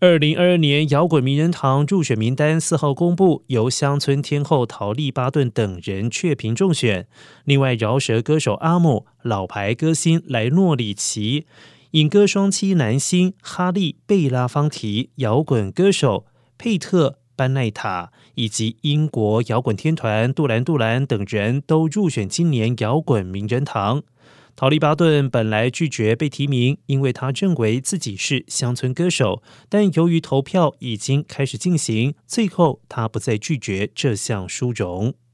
2022年摇滚名人堂入选名单4号公布，由乡村天后陶丽巴顿等人确评中选。另外，饶舌歌手阿姆、老牌歌星莱诺里奇、影歌双栖男星哈利贝拉方提、摇滚歌手佩特班奈塔以及英国摇滚天团杜兰杜兰等人都入选今年摇滚名人堂。陶丽巴顿本来拒绝被提名，因为他认为自己是乡村歌手，但由于投票已经开始进行，最后他不再拒绝这项殊荣。